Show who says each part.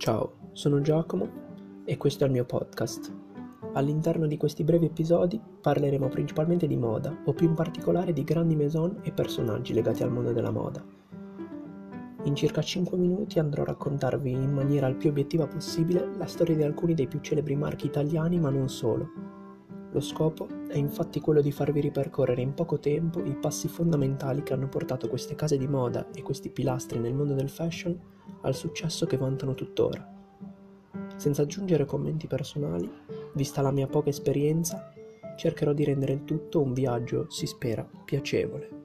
Speaker 1: Ciao, sono Giacomo e questo è il mio podcast. All'interno di questi brevi episodi parleremo principalmente di moda, o più in particolare di grandi maison e personaggi legati al mondo della moda. In circa 5 minuti andrò a raccontarvi in maniera il più obiettiva possibile la storia di alcuni dei più celebri marchi italiani, ma non solo. Lo scopo è infatti quello di farvi ripercorrere in poco tempo i passi fondamentali che hanno portato queste case di moda e questi pilastri nel mondo del fashion al successo che vantano tuttora. Senza aggiungere commenti personali, vista la mia poca esperienza, cercherò di rendere il tutto un viaggio, si spera, piacevole.